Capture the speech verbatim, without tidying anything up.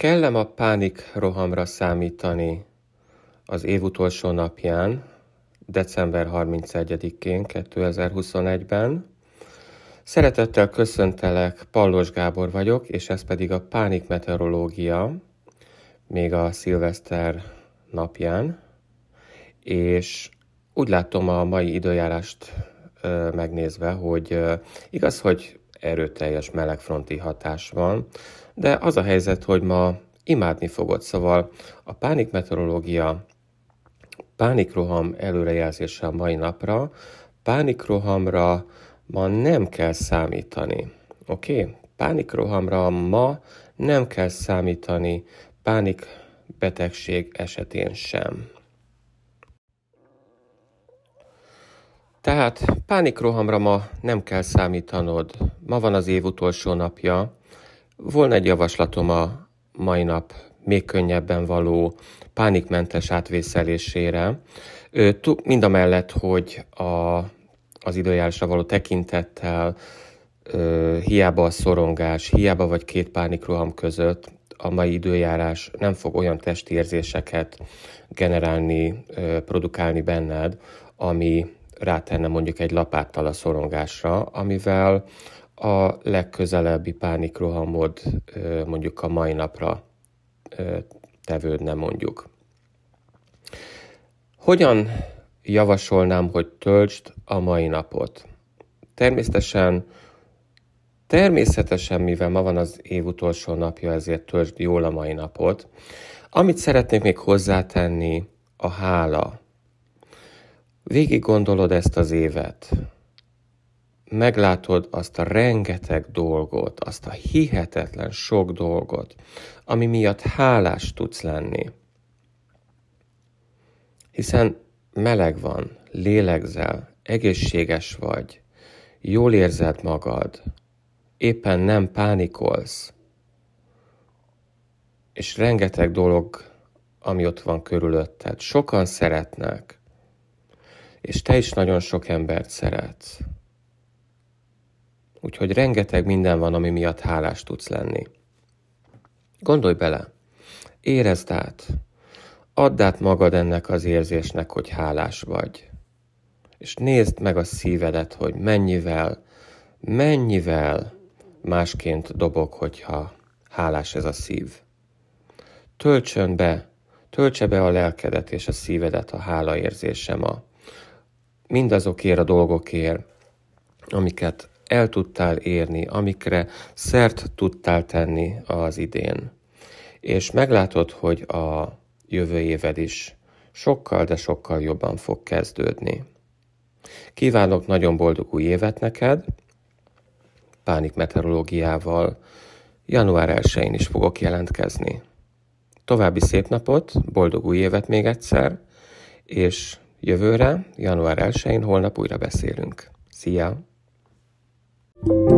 Kell-e a pánik rohamra számítani az év utolsó napján, december harmincegyedikén kétezer-huszonegyben? Szeretettel köszöntelek, Pallos Gábor vagyok, és ez pedig a Pánik Meteorológia, még a szilveszter napján, és úgy látom a mai időjárást ö, megnézve, hogy ö, igaz, hogy erőteljes melegfronti hatás van, de az a helyzet, hogy ma imádni fogod, szóval a Pánik Meteorológia pánikroham előrejelzése a mai napra, pánikrohamra ma nem kell számítani, oké? Okay? Pánikrohamra ma nem kell számítani, pánikbetegség esetén sem. Tehát pánikrohamra ma nem kell számítanod, ma van az év utolsó napja. Volna egy javaslatom a mai nap még könnyebben való pánikmentes átvészelésére. Mindamellett, hogy a, az időjárásra való tekintettel ö, hiába a szorongás, hiába vagy két pánikroham között a mai időjárás nem fog olyan testi érzéseket generálni, ö, produkálni benned, ami rátenne mondjuk egy lapáttal a szorongásra, amivel a legközelebbi pánikrohamod mondjuk a mai napra tevődne mondjuk. Hogyan javasolnám, hogy töltsd a mai napot? Természetesen, természetesen, mivel ma van az év utolsó napja, ezért töltsd jól a mai napot. Amit szeretnék még hozzátenni, a hála. Végig gondolod ezt az évet, meglátod azt a rengeteg dolgot, azt a hihetetlen sok dolgot, ami miatt hálás tudsz lenni. Hiszen meleg van, lélegzel, egészséges vagy, jól érzed magad, éppen nem pánikolsz, és rengeteg dolog, ami ott van körülötted, sokan szeretnek, és te is nagyon sok embert szeretsz. Úgyhogy rengeteg minden van, ami miatt hálás tudsz lenni. Gondolj bele, érezd át, add át magad ennek az érzésnek, hogy hálás vagy. És nézd meg a szívedet, hogy mennyivel, mennyivel másként dobog, hogyha hálás ez a szív. Töltsön be, töltse be a lelkedet és a szívedet a hála érzése ma. Mindazokért a dolgokért, amiket el tudtál érni, amikre szert tudtál tenni az idén. És meglátod, hogy a jövő éved is sokkal, de sokkal jobban fog kezdődni. Kívánok nagyon boldog új évet neked, Pánik Meteorológiával január elsején is fogok jelentkezni. További szép napot, boldog új évet még egyszer, és jövőre, január elsején, holnap újra beszélünk. Szia!